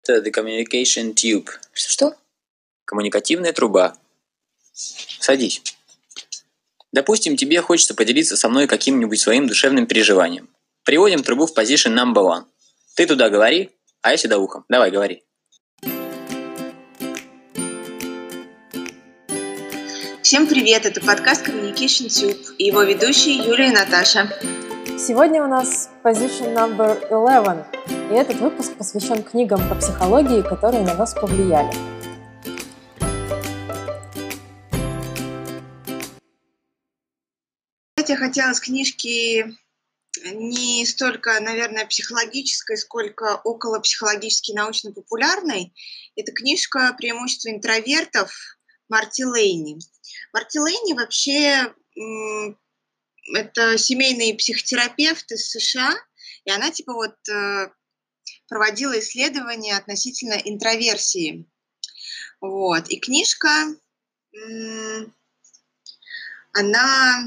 Это the communication tube. Что? Коммуникативная труба. Садись. Допустим, тебе хочется поделиться со мной каким-нибудь своим душевным переживанием. Приводим трубу в position number one. Ты туда говори, а я сюда ухом. Давай, говори. Всем привет, это подкаст Communication Tube и его ведущие Юлия и Наташа. Сегодня у нас position number 11, и этот выпуск посвящен книгам по психологии, которые на нас повлияли. Я хотела с книжки не столько, наверное, психологической, сколько околопсихологически научно-популярной. Это книжка «Преимущества интровертов» Марти Лейни. Марти Лейни вообще это семейный психотерапевт из США, и она проводила исследования относительно интроверсии. Вот. И книжка, она,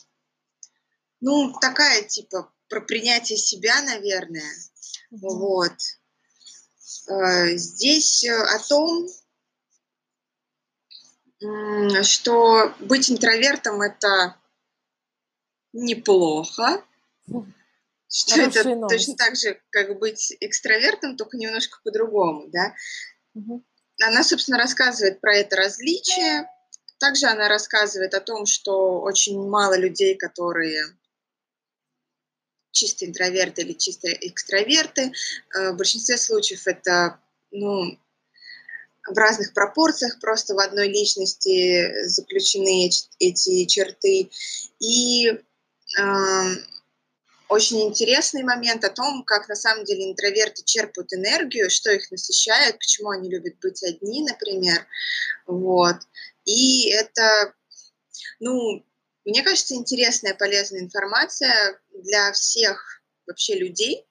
такая, про принятие себя, наверное. Вот. Здесь о том, что быть интровертом – это неплохо, что это точно так же, как быть экстравертом, только немножко по-другому, да. Она, собственно, рассказывает про это различие. Также она рассказывает о том, что очень мало людей, которые чисто интроверты или чисто экстраверты. В большинстве случаев это, в разных пропорциях, просто в одной личности заключены эти черты. И очень интересный момент о том, как на самом деле интроверты черпают энергию, что их насыщает, почему они любят быть одни, например. Вот. И это, мне кажется, интересная, полезная информация для всех вообще людей,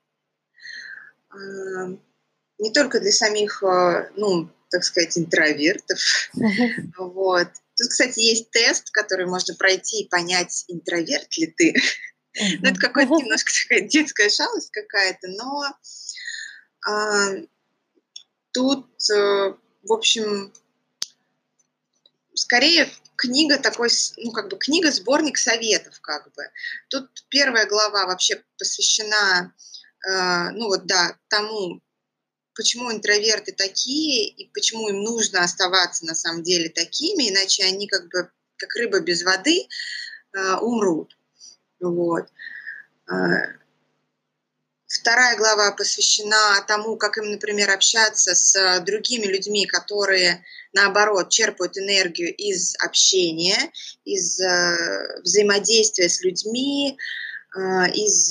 не только для самих, так сказать, интровертов. Вот. Тут, кстати, есть тест, который можно пройти и понять, интроверт ли ты. Это какая-то немножко такая детская шалость какая-то, но тут, в общем, скорее книга такой, книга-сборник советов, Тут первая глава вообще посвящена, тому, почему интроверты такие и почему им нужно оставаться на самом деле такими, иначе они как рыба без воды умрут. Вот. Вторая глава посвящена тому, как им, например, общаться с другими людьми, которые, наоборот, черпают энергию из общения, из взаимодействия с людьми, из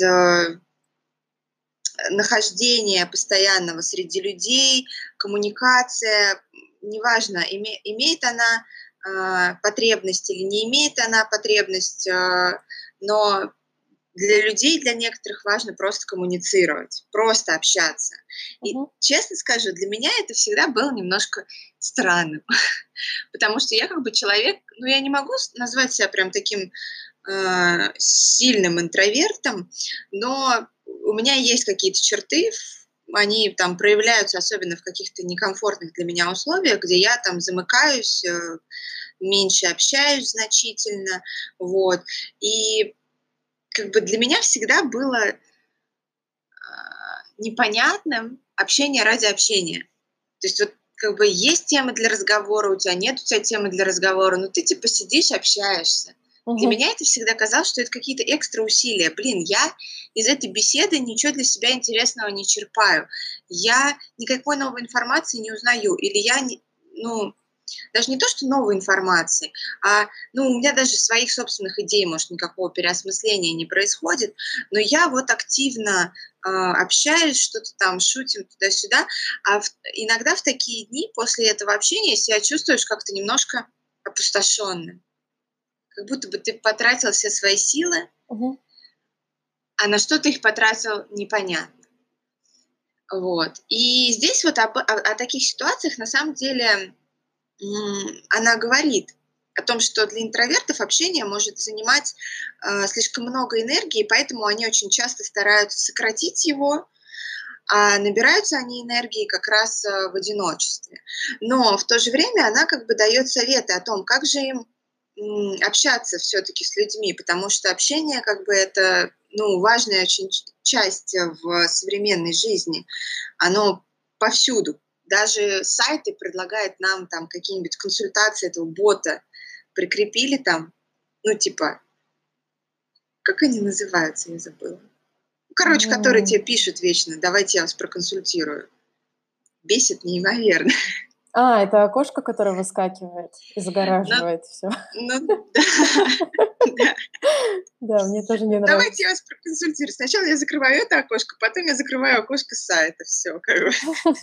нахождения постоянного среди людей, коммуникация, неважно, имеет она потребность или не имеет она потребность, но для людей, для некоторых важно просто коммуницировать, просто общаться. И, честно скажу, для меня это всегда было немножко странным, потому что я человек, я не могу назвать себя прям таким сильным интровертом, но у меня есть какие-то черты, они там проявляются особенно в каких-то некомфортных для меня условиях, где я там замыкаюсь, меньше общаюсь значительно, вот. И для меня всегда было непонятным общение ради общения. То есть есть темы для разговора, у тебя нет темы для разговора, но ты сидишь, общаешься. Для меня это всегда казалось, что это какие-то экстра усилия. Я из этой беседы ничего для себя интересного не черпаю. Я никакой новой информации не узнаю. Или я, даже не то, что новой информации, а, у меня даже своих собственных идей, может, никакого переосмысления не происходит, но я активно общаюсь, что-то там шутим туда-сюда, а иногда в такие дни после этого общения себя чувствуешь как-то немножко опустошенным. Как будто бы ты потратил все свои силы, а на что ты их потратил, непонятно. Вот. И здесь о таких ситуациях на самом деле она говорит о том, что для интровертов общение может занимать слишком много энергии, поэтому они очень часто стараются сократить его, а набираются они энергии как раз в одиночестве. Но в то же время она как бы дает советы о том, как же им общаться все-таки с людьми, потому что общение как бы это важная очень часть в современной жизни. Оно повсюду. Даже сайты предлагают нам там какие-нибудь консультации этого бота, прикрепили там, типа, как они называются, я забыла. Короче, которые тебе пишут вечно, давайте я вас проконсультирую. Бесит неимоверно. Это окошко, которое выскакивает и загораживает все. Да, мне тоже не нравится. Давайте я вас проконсультирую. Сначала я закрываю это окошко, потом я закрываю окошко сайта. Все, как бы.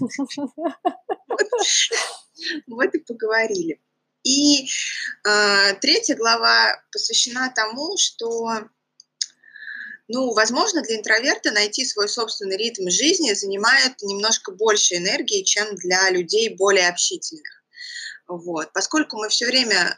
Вот и поговорили. И третья глава посвящена тому, что возможно, для интроверта найти свой собственный ритм жизни занимает немножко больше энергии, чем для людей более общительных. Вот. Поскольку мы все время,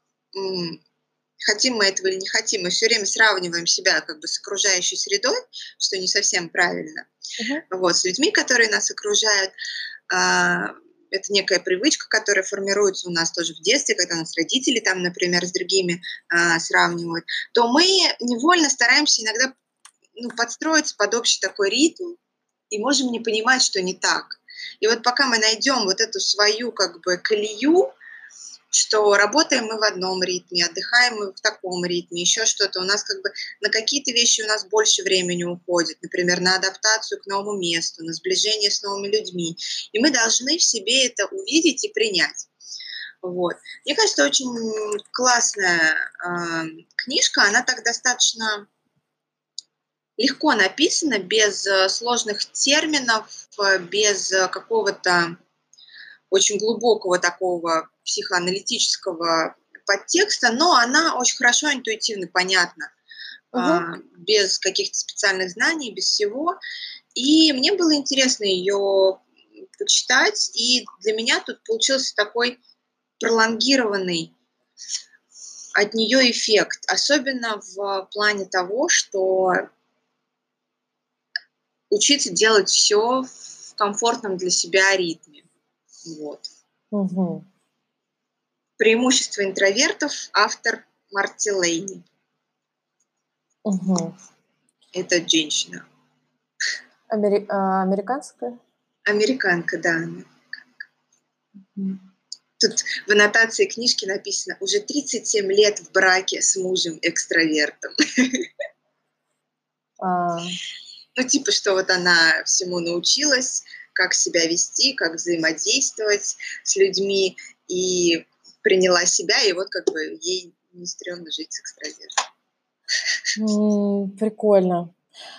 хотим мы этого или не хотим, мы все время сравниваем себя как бы с окружающей средой, что не совсем правильно. Вот. С людьми, которые нас окружают, это некая привычка, которая формируется у нас тоже в детстве, когда нас родители, там, например, с другими сравнивают, то мы невольно стараемся иногда подстроиться под общий такой ритм и можем не понимать, что не так. И вот пока мы найдем вот эту свою как бы колею, что работаем мы в одном ритме, отдыхаем мы в таком ритме, еще что-то. У нас как бы на какие-то вещи у нас больше времени уходит, например, на адаптацию к новому месту, на сближение с новыми людьми. И мы должны в себе это увидеть и принять. Вот. Мне кажется, очень классная книжка, она так достаточно легко написана, без сложных терминов, без какого-то очень глубокого такого психоаналитического подтекста, но она очень хорошо, интуитивно, понятна, без каких-то специальных знаний, без всего. И мне было интересно ее почитать, и для меня тут получился такой пролонгированный от нее эффект, особенно в плане того, что учиться делать все в комфортном для себя ритме. Вот. Преимущество интровертов, автор Марти Лейни. Это женщина. Американская? Американка, да. Тут в аннотации книжки написано: уже 37 лет в браке с мужем-экстравертом. Типа, что вот она всему научилась, как себя вести, как взаимодействовать с людьми, и приняла себя, и вот как бы ей не стрёмно жить с экстравертом. Прикольно.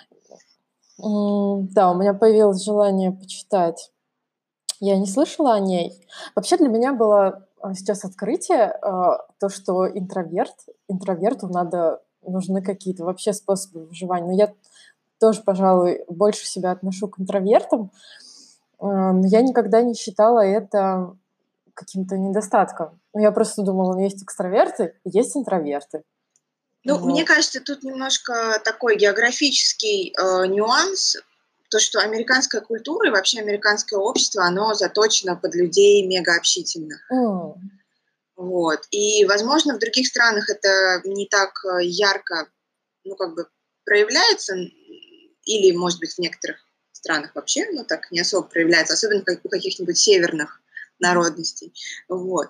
Да, у меня появилось желание почитать. Я не слышала о ней. Вообще для меня было сейчас открытие, то, что интроверту нужны какие-то вообще способы выживания. Но я тоже, пожалуй, больше себя отношу к интровертам, но я никогда не считала это каким-то недостатком. Я просто думала, есть экстраверты, есть интроверты. Мне кажется, тут немножко такой географический нюанс, то, что американская культура и вообще американское общество, оно заточено под людей мегаобщительных. Вот. И, возможно, в других странах это не так ярко, проявляется, или, может быть, в некоторых странах вообще, так не особо проявляется, особенно у каких-нибудь северных народностей. Вот.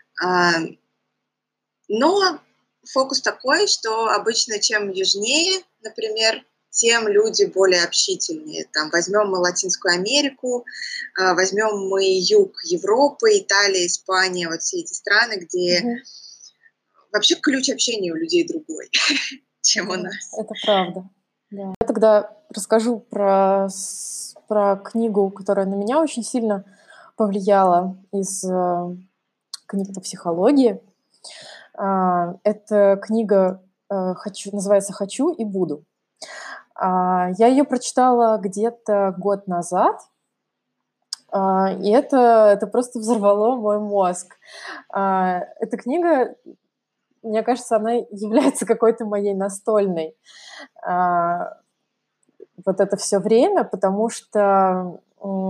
Но фокус такой, что обычно чем южнее, например, тем люди более общительнее. Там возьмем мы Латинскую Америку, возьмем мы юг Европы, Италия, Испания, вот все эти страны, где вообще ключ общения у людей другой, чем у нас. Это правда. Да. Я тогда расскажу про книгу, которая на меня очень сильно повлияла из книг по психологии. Эта книга называется «Хочу и буду». Я ее прочитала где-то год назад, и это просто взорвало мой мозг. Эта книга, мне кажется, она является какой-то моей настольной. вот это все время, потому что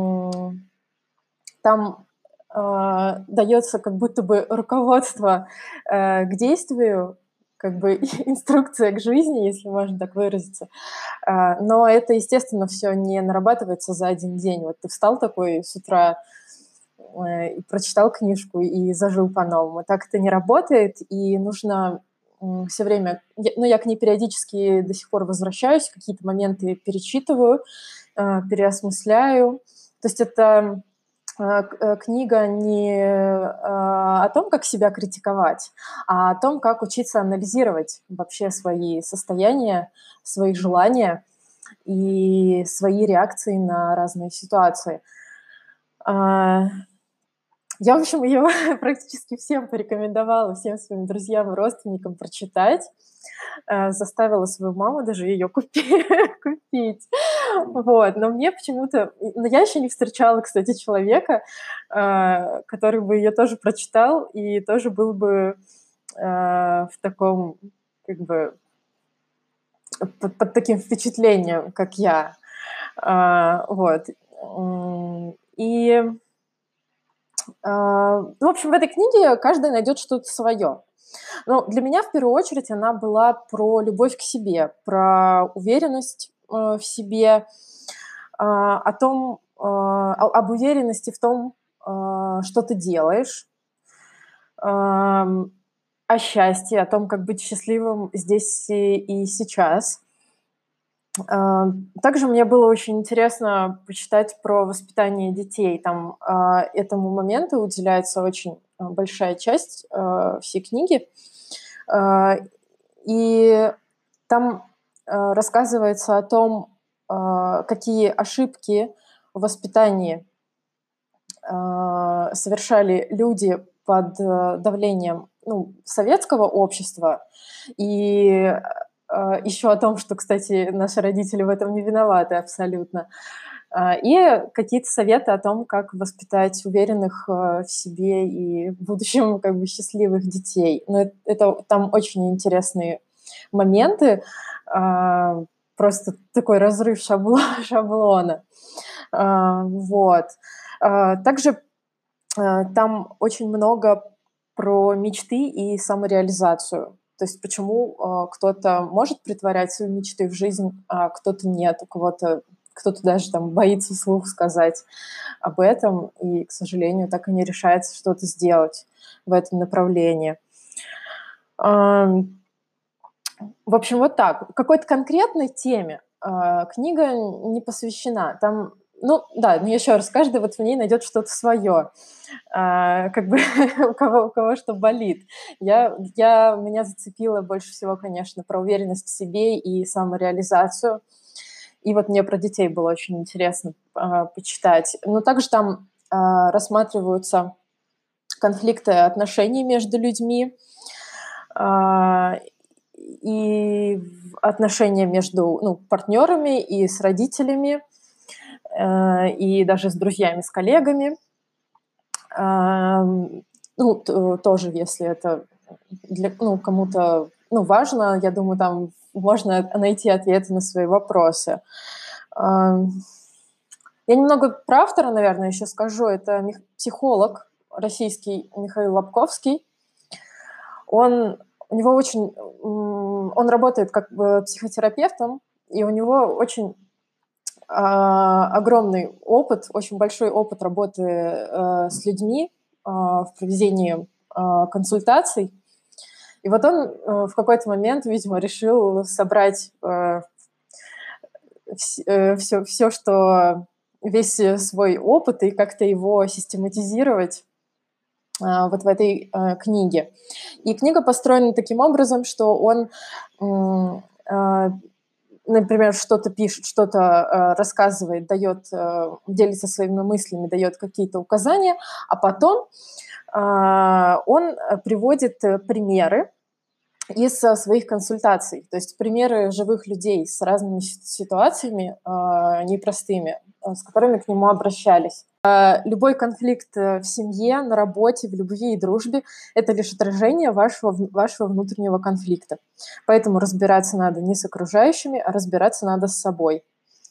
там дается как будто бы руководство к действию, как бы инструкция к жизни, если можно так выразиться. Но это, естественно, все не нарабатывается за один день. Вот ты встал такой с утра и прочитал книжку и зажил по-новому. Так это не работает, и нужно все время... я к ней периодически до сих пор возвращаюсь, какие-то моменты перечитываю, переосмысляю. То есть это книга не о том, как себя критиковать, а о том, как учиться анализировать вообще свои состояния, свои желания и свои реакции на разные ситуации. Я, в общем, ее практически всем порекомендовала, всем своим друзьям и родственникам прочитать. Заставила свою маму даже ее купить. Вот. Но мне почему-то... Но я еще не встречала, кстати, человека, который бы ее тоже прочитал и тоже был бы в таком, как бы, под таким впечатлением, как я. Вот. И... в общем, в этой книге каждый найдет что-то свое. Но для меня, в первую очередь, она была про любовь к себе, про уверенность в себе, об уверенности в том, что ты делаешь, о счастье, о том, как быть счастливым здесь и сейчас. Также мне было очень интересно почитать про воспитание детей. Там этому моменту уделяется очень большая часть всей книги. И там рассказывается о том, какие ошибки в воспитании совершали люди под давлением советского общества, и еще о том, что, кстати, наши родители в этом не виноваты абсолютно, и какие-то советы о том, как воспитать уверенных в себе и в будущем как бы счастливых детей. Но это там очень интересные моменты, просто такой разрыв шаблона. Вот. Также там очень много про мечты и самореализацию. То есть почему кто-то может притворять свои мечты в жизнь, а кто-то нет, кто-то даже там боится вслух сказать об этом, и, к сожалению, так и не решается что-то сделать в этом направлении. В общем, вот так. Какой-то конкретной теме книга не посвящена. Там, но еще раз, каждый вот в ней найдет что-то свое, как бы у кого что болит. Меня зацепило больше всего, конечно, про уверенность в себе и самореализацию. И вот мне про детей было очень интересно почитать. Но также там рассматриваются конфликты отношений между людьми, и отношения между партнерами и с родителями, и даже с друзьями, с коллегами. Тоже, если это для кому-то важно, я думаю, там можно найти ответы на свои вопросы. Я немного про автора, наверное, еще скажу. Это психолог российский Михаил Лобковский. Он работает как бы психотерапевтом, и у него очень огромный опыт, очень большой опыт работы с людьми в проведении консультаций. И вот он в какой-то момент, видимо, решил собрать все, что весь свой опыт и как-то его систематизировать вот в этой книге. И книга построена таким образом, что он, например, что-то пишет, что-то рассказывает, делится своими мыслями, дает какие-то указания, а потом он приводит примеры из своих консультаций, то есть примеры живых людей с разными ситуациями непростыми, с которыми к нему обращались. Любой конфликт в семье, на работе, в любви и дружбе – это лишь отражение вашего внутреннего конфликта. Поэтому разбираться надо не с окружающими, а разбираться надо с собой.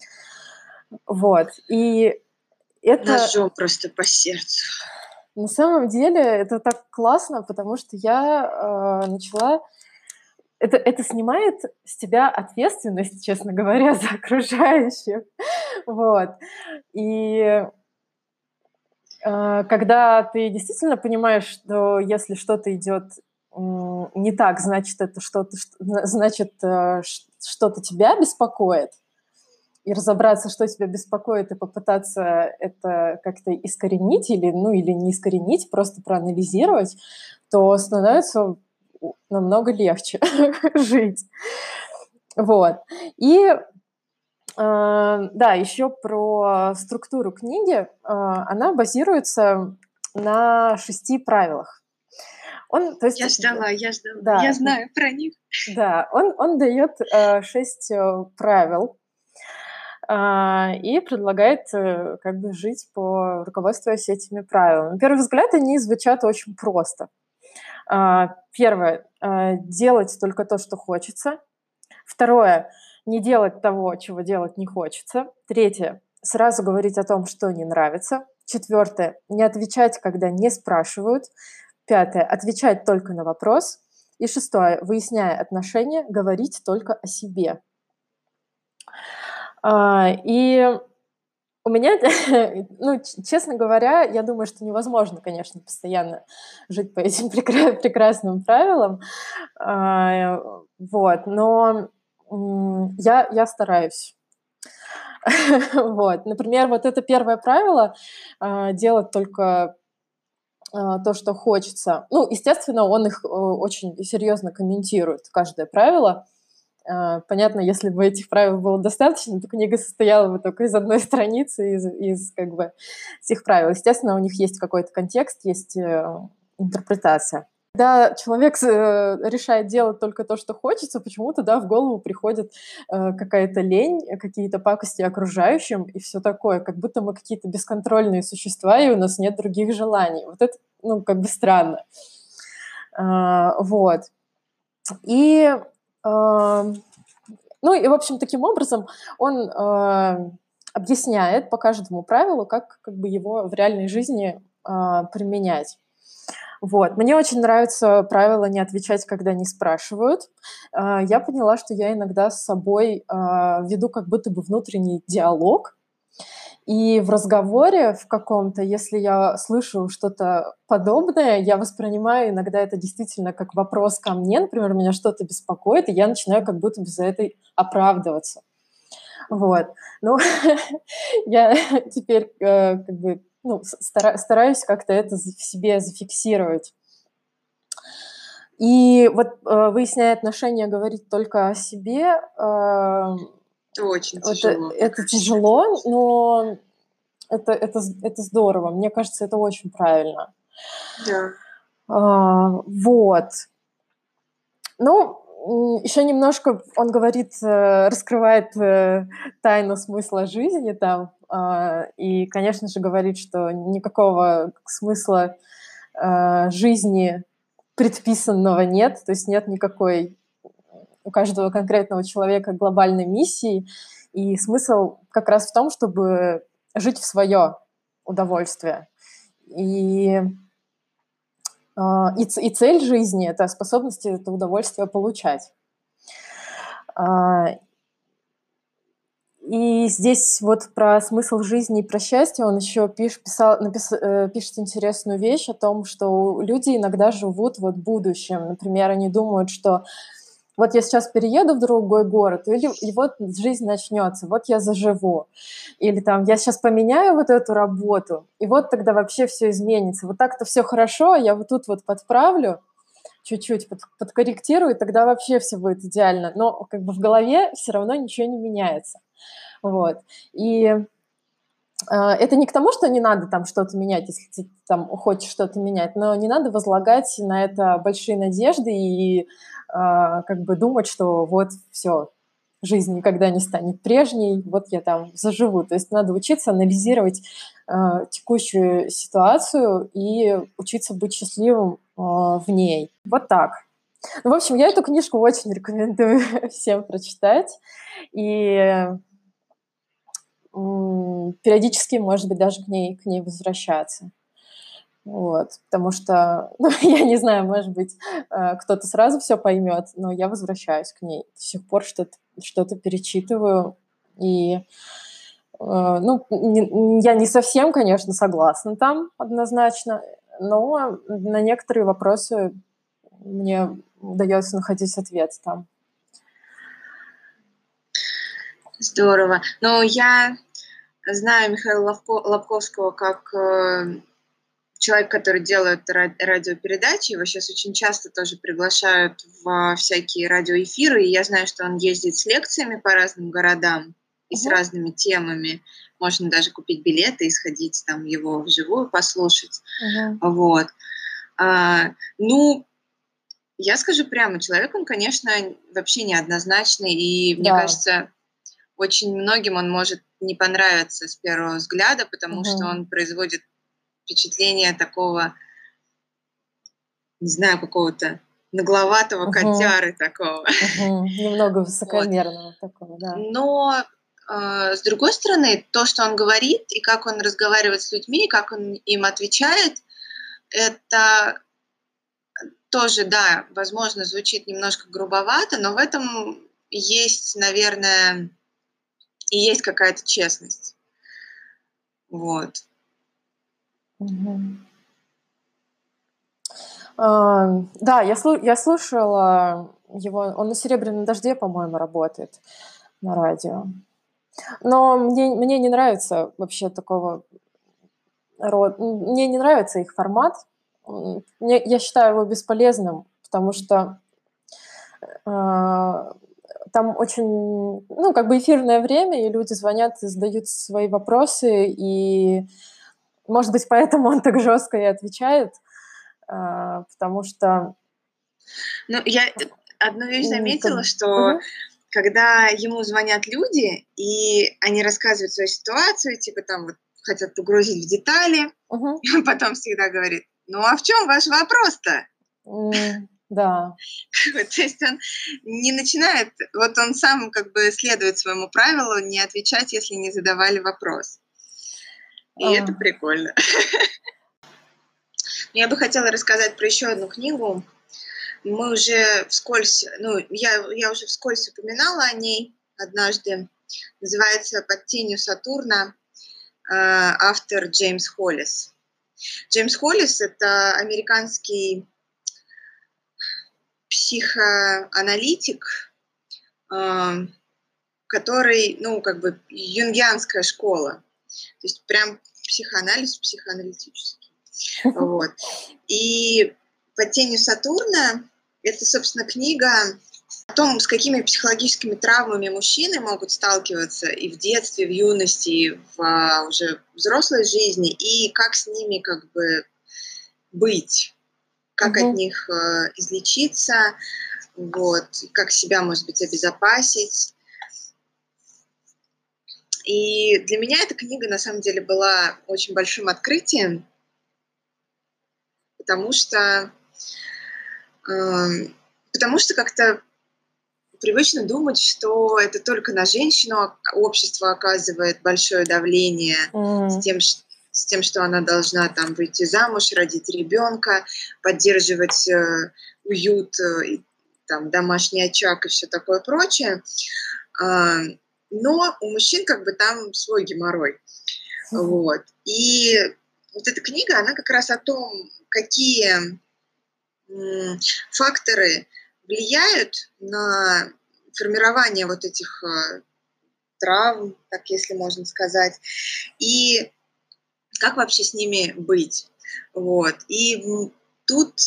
Вот. И это Ножом просто по сердцу. на самом деле это так классно, потому что я начала... Это снимает с тебя ответственность, честно говоря, за окружающих. Вот. И когда ты действительно понимаешь, что если что-то идет не так, значит, это что-то тебя беспокоит, и разобраться, что тебя беспокоит, и попытаться это как-то искоренить или не искоренить, просто проанализировать, то становится намного легче жить. Вот. И да, еще про структуру книги. Она базируется на 6 правилах. Я ждала, Да, я знаю про них. Да, он дает 6 правил и предлагает как бы жить руководствуясь этими правилами. На первый взгляд они звучат очень просто. Первое – делать только то, что хочется. Второе – не делать того, чего делать не хочется. Третье – сразу говорить о том, что не нравится. Четвертое – не отвечать, когда не спрашивают. Пятое – отвечать только на вопрос. И шестое – выясняя отношения, говорить только о себе. И у меня, честно говоря, я думаю, что невозможно, конечно, постоянно жить по этим прекрасным правилам. Вот, но я стараюсь. Вот. Например, вот это первое правило делать только то, что хочется. Естественно, он их очень серьезно комментирует, каждое правило. Понятно, если бы этих правил было достаточно, то книга состояла бы только из одной страницы, из как бы этих правил. Естественно, у них есть какой-то контекст, есть интерпретация. Когда человек решает делать только то, что хочется, почему-то, да, в голову приходит какая-то лень, какие-то пакости окружающим и все такое, как будто мы какие-то бесконтрольные существа, и у нас нет других желаний. Вот это, как бы странно. Вот. И, в общем, таким образом он объясняет по каждому правилу, как бы его в реальной жизни применять. Вот. Мне очень нравится правило не отвечать, когда не спрашивают. Я поняла, что я иногда с собой веду как будто бы внутренний диалог, и в разговоре в каком-то, если я слышу что-то подобное, я воспринимаю иногда это действительно как вопрос ко мне, например, меня что-то беспокоит, и я начинаю как будто бы за это оправдываться. Вот. Я теперь как бы стараюсь как-то это в себе зафиксировать. И вот выясняя отношения, говорить только о себе, это очень тяжело. Это тяжело, но это здорово. Мне кажется, это очень правильно. Да. Вот. Еще немножко он говорит, раскрывает тайну смысла жизни там, и, конечно же, говорит, что никакого смысла жизни предписанного нет, то есть нет никакой у каждого конкретного человека глобальной миссии, и смысл как раз в том, чтобы жить в свое удовольствие. И цель жизни – это способность это удовольствие получать. И здесь вот про смысл жизни и про счастье он еще пишет интересную вещь о том, что люди иногда живут вот будущим. Например, они думают, что вот я сейчас перееду в другой город, и вот жизнь начнется, вот я заживу. Или там я сейчас поменяю вот эту работу, и вот тогда вообще все изменится. Вот так-то все хорошо, я вот тут вот подправлю, чуть-чуть подкорректирую, и тогда вообще все будет идеально. Но как бы в голове все равно ничего не меняется. Вот. И это не к тому, что не надо там что-то менять, если ты там хочешь что-то менять, но не надо возлагать на это большие надежды и как бы думать, что вот все, жизнь никогда не станет прежней, вот я там заживу. То есть надо учиться анализировать текущую ситуацию и учиться быть счастливым в ней. Вот так. В общем, я эту книжку очень рекомендую всем прочитать. И периодически, может быть, даже к ней возвращаться. Вот, потому что, ну, я не знаю, может быть, кто-то сразу все поймет, но я возвращаюсь к ней. До сих пор что-то перечитываю. И, ну, я не совсем, конечно, согласна там однозначно, но на некоторые вопросы мне удается находить ответ там. Здорово. Но я знаю Михаила Лобковского как человек, который делает радиопередачи. Его сейчас очень часто тоже приглашают во всякие радиоэфиры. И я знаю, что он ездит с лекциями по разным городам и с разными темами. Можно даже купить билеты и сходить там его вживую послушать. Вот. Ну, я скажу прямо, человек, он, конечно, вообще неоднозначный. И мне кажется, очень многим он может не понравиться с первого взгляда, потому что он производит впечатление такого, не знаю, какого-то нагловатого котяры такого. Немного высокомерного такого, да. Но с другой стороны, то, что он говорит, и как он разговаривает с людьми, и как он им отвечает, это тоже, да, возможно, звучит немножко грубовато, но в этом есть, наверное, и есть какая-то честность. Вот. Да, я слушала его, он на «Серебряном дожде», по-моему, работает на радио. Но мне не нравится вообще такого рода, мне не нравится их формат. Я считаю его бесполезным, потому что там очень, ну, как бы эфирное время, и люди звонят и задают свои вопросы, и, может быть, поэтому он так жестко и отвечает, потому что... Ну, я одну вещь заметила, что когда ему звонят люди, и они рассказывают свою ситуацию, типа там вот хотят погрузить в детали, и он потом всегда говорит: ну а в чем ваш вопрос-то? Да. То есть он не начинает, вот он сам как бы следует своему правилу не отвечать, если не задавали вопрос. И это прикольно. Я бы хотела рассказать про еще одну книгу. Мы уже вскользь, ну, я уже вскользь упоминала о ней однажды. Называется «Под тенью Сатурна», автор Джеймс Холлис. Джеймс Холлис – это американский психоаналитик, который, ну, как бы юнгианская школа. То есть прям психоанализ психоаналитический. Вот. И «Под тенью Сатурна» – это, собственно, книга о том, с какими психологическими травмами мужчины могут сталкиваться и в детстве, в юности, и в уже взрослой жизни, и как с ними как бы быть, как от них излечиться, вот, как себя, может быть, обезопасить. И для меня эта книга, на самом деле, была очень большим открытием, потому что как-то привычно думать, что это только на женщину общество оказывает большое давление с тем, что она должна там выйти замуж, родить ребенка, поддерживать уют, там, домашний очаг и все такое прочее. Но у мужчин как бы там свой геморрой. Вот. И вот эта книга, она как раз о том, какие факторы влияют на формирование вот этих травм, так если можно сказать, и как вообще с ними быть. Вот. И тут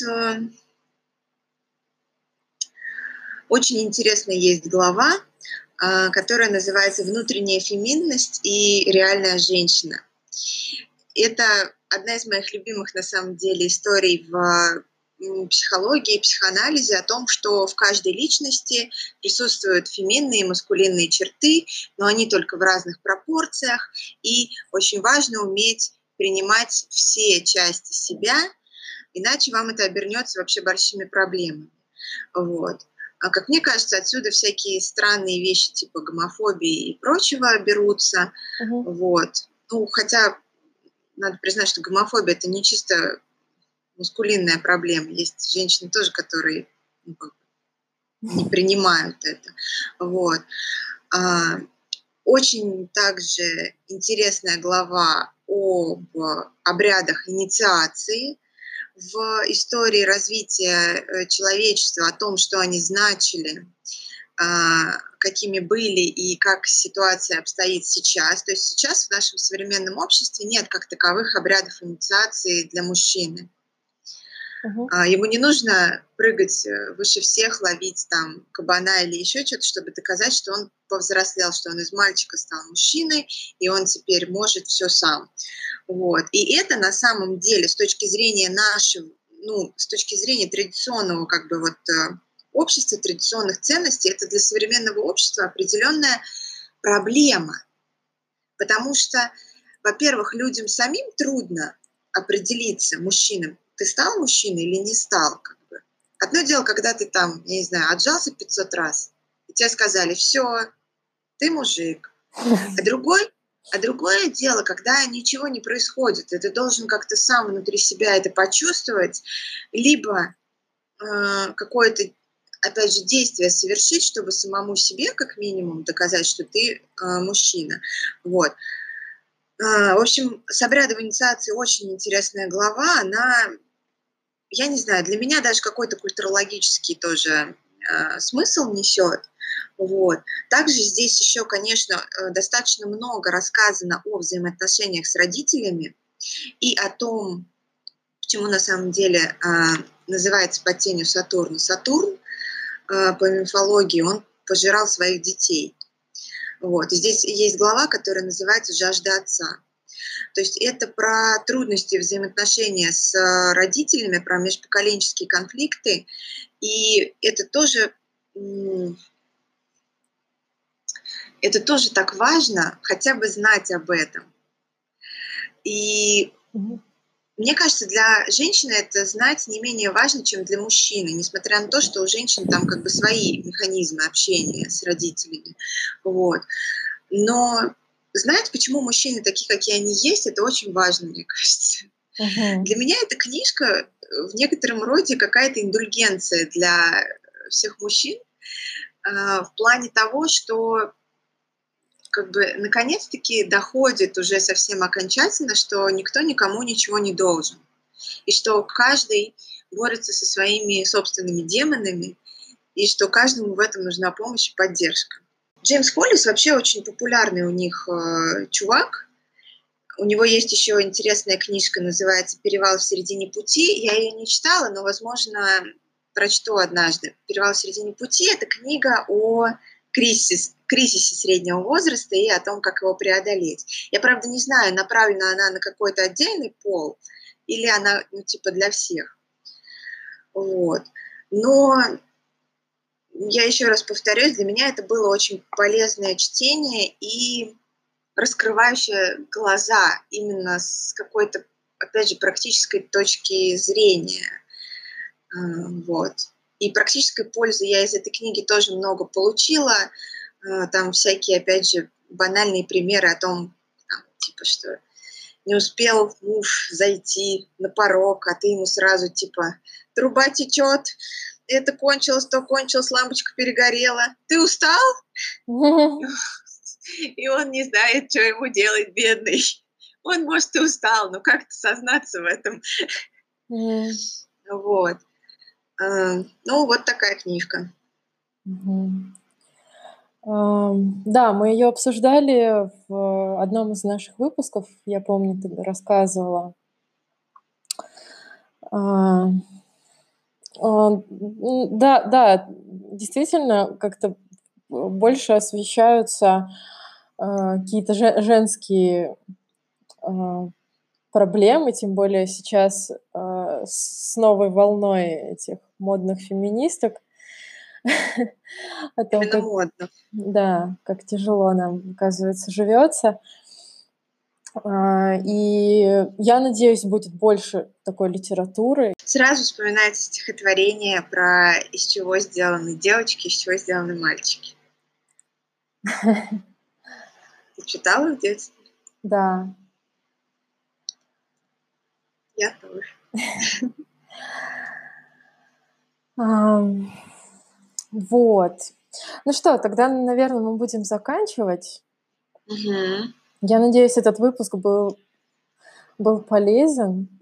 очень интересная есть глава, которая называется «Внутренняя феминность и реальная женщина». Это одна из моих любимых, на самом деле, историй в психологии и психоанализе о том, что в каждой личности присутствуют феминные и маскулинные черты, но они только в разных пропорциях, и очень важно уметь принимать все части себя, иначе вам это обернется вообще большими проблемами. Вот. А как мне кажется, отсюда всякие странные вещи типа гомофобии и прочего берутся. Вот. Ну, хотя надо признать, что гомофобия – это не чисто мускулинная проблема. Есть женщины тоже, которые не принимают это. Вот. Очень также интересная глава об обрядах инициации в истории развития человечества, о том, что они значили, какими были и как ситуация обстоит сейчас. То есть сейчас в нашем современном обществе нет как таковых обрядов инициации для мужчины. Ему не нужно прыгать выше всех, ловить там кабана или еще что-то, чтобы доказать, что он повзрослел, что он из мальчика стал мужчиной, и он теперь может все сам. Вот. И это на самом деле с точки зрения нашего, ну, с точки зрения традиционного как бы вот общества, традиционных ценностей, это для современного общества определенная проблема. Потому что, во-первых, людям самим трудно определиться, мужчинам, ты стал мужчиной или не стал. Как бы. Одно дело, когда ты там, я не знаю, отжался 500 раз, и тебе сказали, все, ты мужик. А другое дело, когда ничего не происходит, и ты должен как-то сам внутри себя это почувствовать, либо какое-то, опять же, действие совершить, чтобы самому себе, как минимум, доказать, что ты мужчина. Вот. В общем, с обрядом инициации очень интересная глава. Она, я не знаю, для меня даже какой-то культурологический тоже смысл несет. Вот. Также здесь еще, конечно, достаточно много рассказано о взаимоотношениях с родителями и о том, почему на самом деле называется под тенью Сатурна. Сатурн по мифологии, он пожирал своих детей. Вот. И здесь есть глава, которая называется «Жажда отца». То есть это про трудности взаимоотношения с родителями, про межпоколенческие конфликты. И это тоже так важно, хотя бы знать об этом. И мне кажется, для женщины это знать не менее важно, чем для мужчины, несмотря на то, что у женщин там как бы свои механизмы общения с родителями. Вот. Но знать, почему мужчины такие, какие они есть, это очень важно, мне кажется. Для меня эта книжка в некотором роде какая-то индульгенция для всех мужчин в плане того, что как бы наконец-таки доходит уже совсем окончательно, что никто никому ничего не должен. И что каждый борется со своими собственными демонами, и что каждому в этом нужна помощь и поддержка. Джеймс Холлис вообще очень популярный у них чувак. У него есть еще интересная книжка, называется «Перевал в середине пути». Я ее не читала, но, возможно, прочту однажды. «Перевал в середине пути» — это книга о кризисе среднего возраста и о том, как его преодолеть. Я, правда, не знаю, направлена она на какой-то отдельный пол или она, ну, типа для всех. Вот. Но я еще раз повторюсь, для меня это было очень полезное чтение и раскрывающее глаза именно с какой-то, опять же, практической точки зрения. Вот. И практической пользы я из этой книги тоже много получила. Там всякие, опять же, банальные примеры о том, там, типа, что не успел муж зайти на порог, а ты ему сразу, типа, труба течет, это кончилось, то кончилось, лампочка перегорела. Ты устал? И он не знает, что ему делать, бедный. Он, может, и устал, но как-то сознаться в этом. Вот. Ну, вот такая книжка. Да, мы ее обсуждали в одном из наших выпусков, я помню, ты рассказывала. Да, действительно, как-то больше освещаются какие-то женские проблемы, тем более сейчас с новой волной этих модных феминисток. О том, Именно модно. Да, как тяжело нам, оказывается, живется. И я надеюсь, будет больше такой литературы. Сразу вспоминается стихотворение про из чего сделаны девочки, из чего сделаны мальчики. Ты читала в детстве? Да. Я тоже. Вот. Ну что, тогда, наверное, мы будем заканчивать. Угу. Я надеюсь, этот выпуск был полезен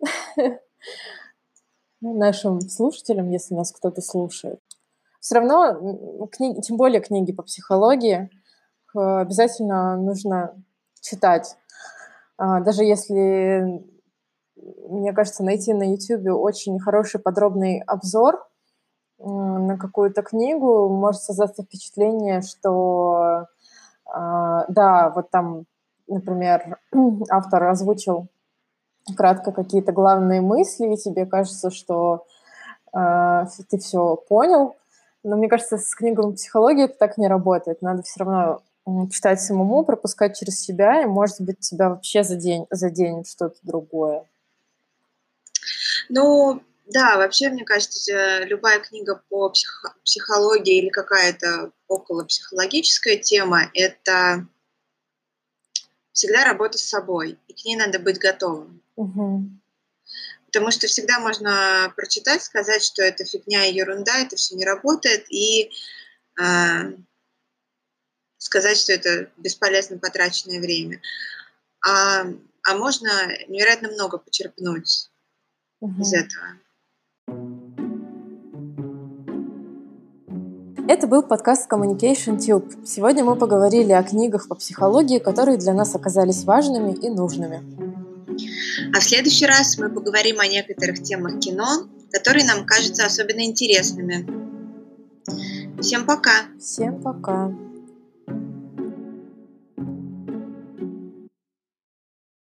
нашим слушателям, если нас кто-то слушает. Все равно, тем более книги по психологии, обязательно нужно читать. Даже если, мне кажется, найти на YouTube очень хороший подробный обзор на какую-то книгу, может создаться впечатление, что да, вот там, например, автор озвучил кратко какие-то главные мысли, и тебе кажется, что ты все понял. Но мне кажется, с книгами психологии это так не работает. Надо все равно читать самому, пропускать через себя, и, может быть, тебя вообще заденет что-то другое. Ну, да, вообще, мне кажется, любая книга по психологии или какая-то околопсихологическая тема – это всегда работа с собой, и к ней надо быть готовым. Угу. Потому что всегда можно прочитать, сказать, что это фигня и ерунда, это все не работает, и сказать, что это бесполезно потраченное время. А можно невероятно много почерпнуть из этого. Это был подкаст Communication Tube. Сегодня мы поговорили о книгах по психологии, которые для нас оказались важными и нужными. А в следующий раз мы поговорим о некоторых темах кино, которые нам кажутся особенно интересными. Всем пока! Всем пока!